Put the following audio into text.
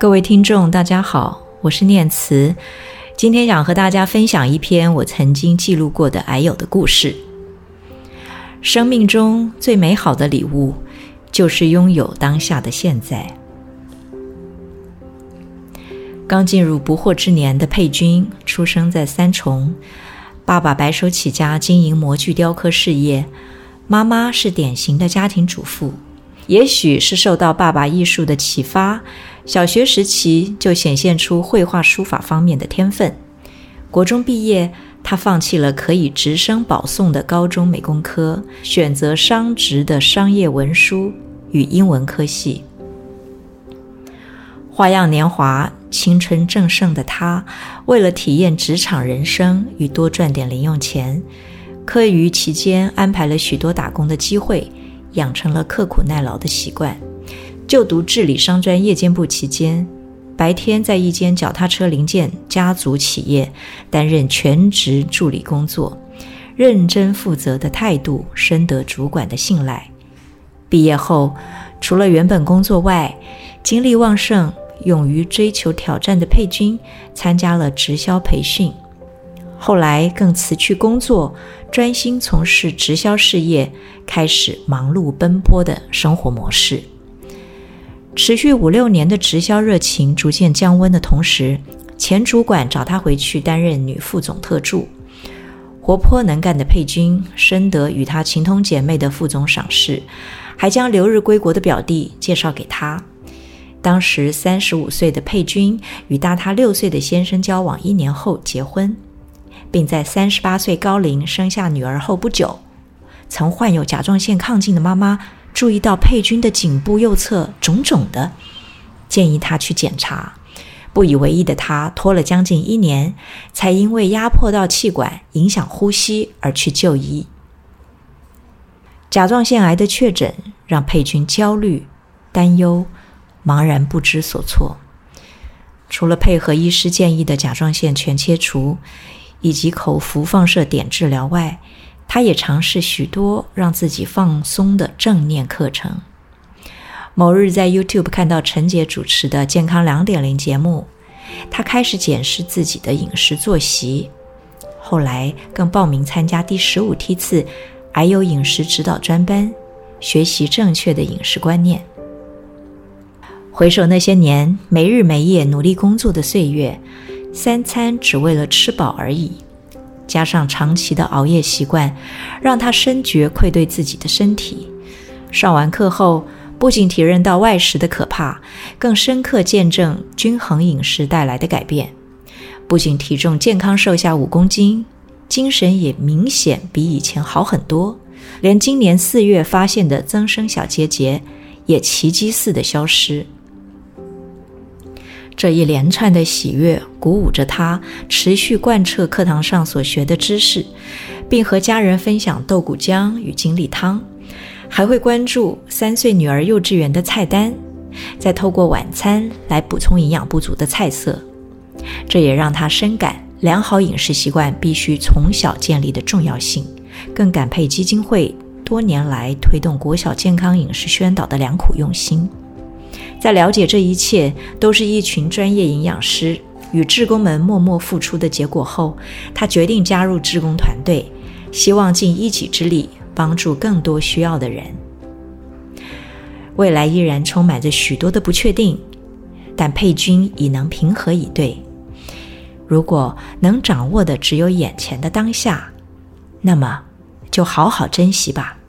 各位听众大家好，我是念慈，今天想和大家分享一篇我曾经记录过的癌友的故事。生命中最美好的礼物就是拥有当下的现在。刚进入不惑之年的佩君出生在三重，爸爸白手起家经营模具雕刻事业，妈妈是典型的家庭主妇。也许是受到爸爸艺术的启发，小学时期就显现出绘画书法方面的天分。国中毕业，他放弃了可以直升保送的高中美工科，选择商职的商业文书与英文科系。花样年华、青春正盛的他，为了体验职场人生与多赚点零用钱，课余期间安排了许多打工的机会，养成了刻苦耐劳的习惯。就读治理商专夜间部期间，白天在一间脚踏车零件家族企业担任全职助理工作，认真负责的态度深得主管的信赖。毕业后，除了原本工作外，精力旺盛、勇于追求挑战的佩君参加了直销培训，后来更辞去工作，专心从事直销事业，开始忙碌奔波的生活模式。持续5-6年的直销热情逐渐降温的同时，前主管找他回去担任女副总特助。活泼能干的佩君深得与他情同姐妹的副总赏识，还将留日归国的表弟介绍给他。当时35岁的佩君与大他6岁的先生交往1年后结婚，并在38岁高龄生下女儿后不久，曾患有甲状腺亢进的妈妈注意到佩君的颈部右侧肿肿的，建议他去检查。不以为意的他拖了将近1年，才因为压迫到气管影响呼吸而去就医。甲状腺癌的确诊让佩君焦虑、担忧、茫然不知所措。除了配合医师建议的甲状腺全切除以及口服放射碘治疗外，他也尝试许多让自己放松的正念课程。某日在 YouTube 看到陈杰主持的健康 2.0 节目，他开始检视自己的饮食作息，后来更报名参加第15梯次癌友饮食指导专班，学习正确的饮食观念。回首那些年没日没夜努力工作的岁月，3餐只为了吃饱而已，加上长期的熬夜习惯，让他深觉愧对自己的身体。上完课后，不仅体认到外食的可怕，更深刻见证均衡饮食带来的改变。不仅体重健康瘦下5公斤，精神也明显比以前好很多，连今年4月发现的增生小结节也奇迹似的消失。这一连串的喜悦鼓舞着他持续贯彻课堂上所学的知识，并和家人分享豆骨浆与精力汤，还会关注3岁女儿幼稚园的菜单，再透过晚餐来补充营养不足的菜色。这也让他深感良好饮食习惯必须从小建立的重要性，更感佩基金会多年来推动国小健康饮食宣导的良苦用心。在了解这一切都是一群专业营养师与志工们默默付出的结果后，他决定加入志工团队，希望尽一己之力帮助更多需要的人。未来依然充满着许多的不确定，但佩君已能平和以对。如果能掌握的只有眼前的当下，那么就好好珍惜吧。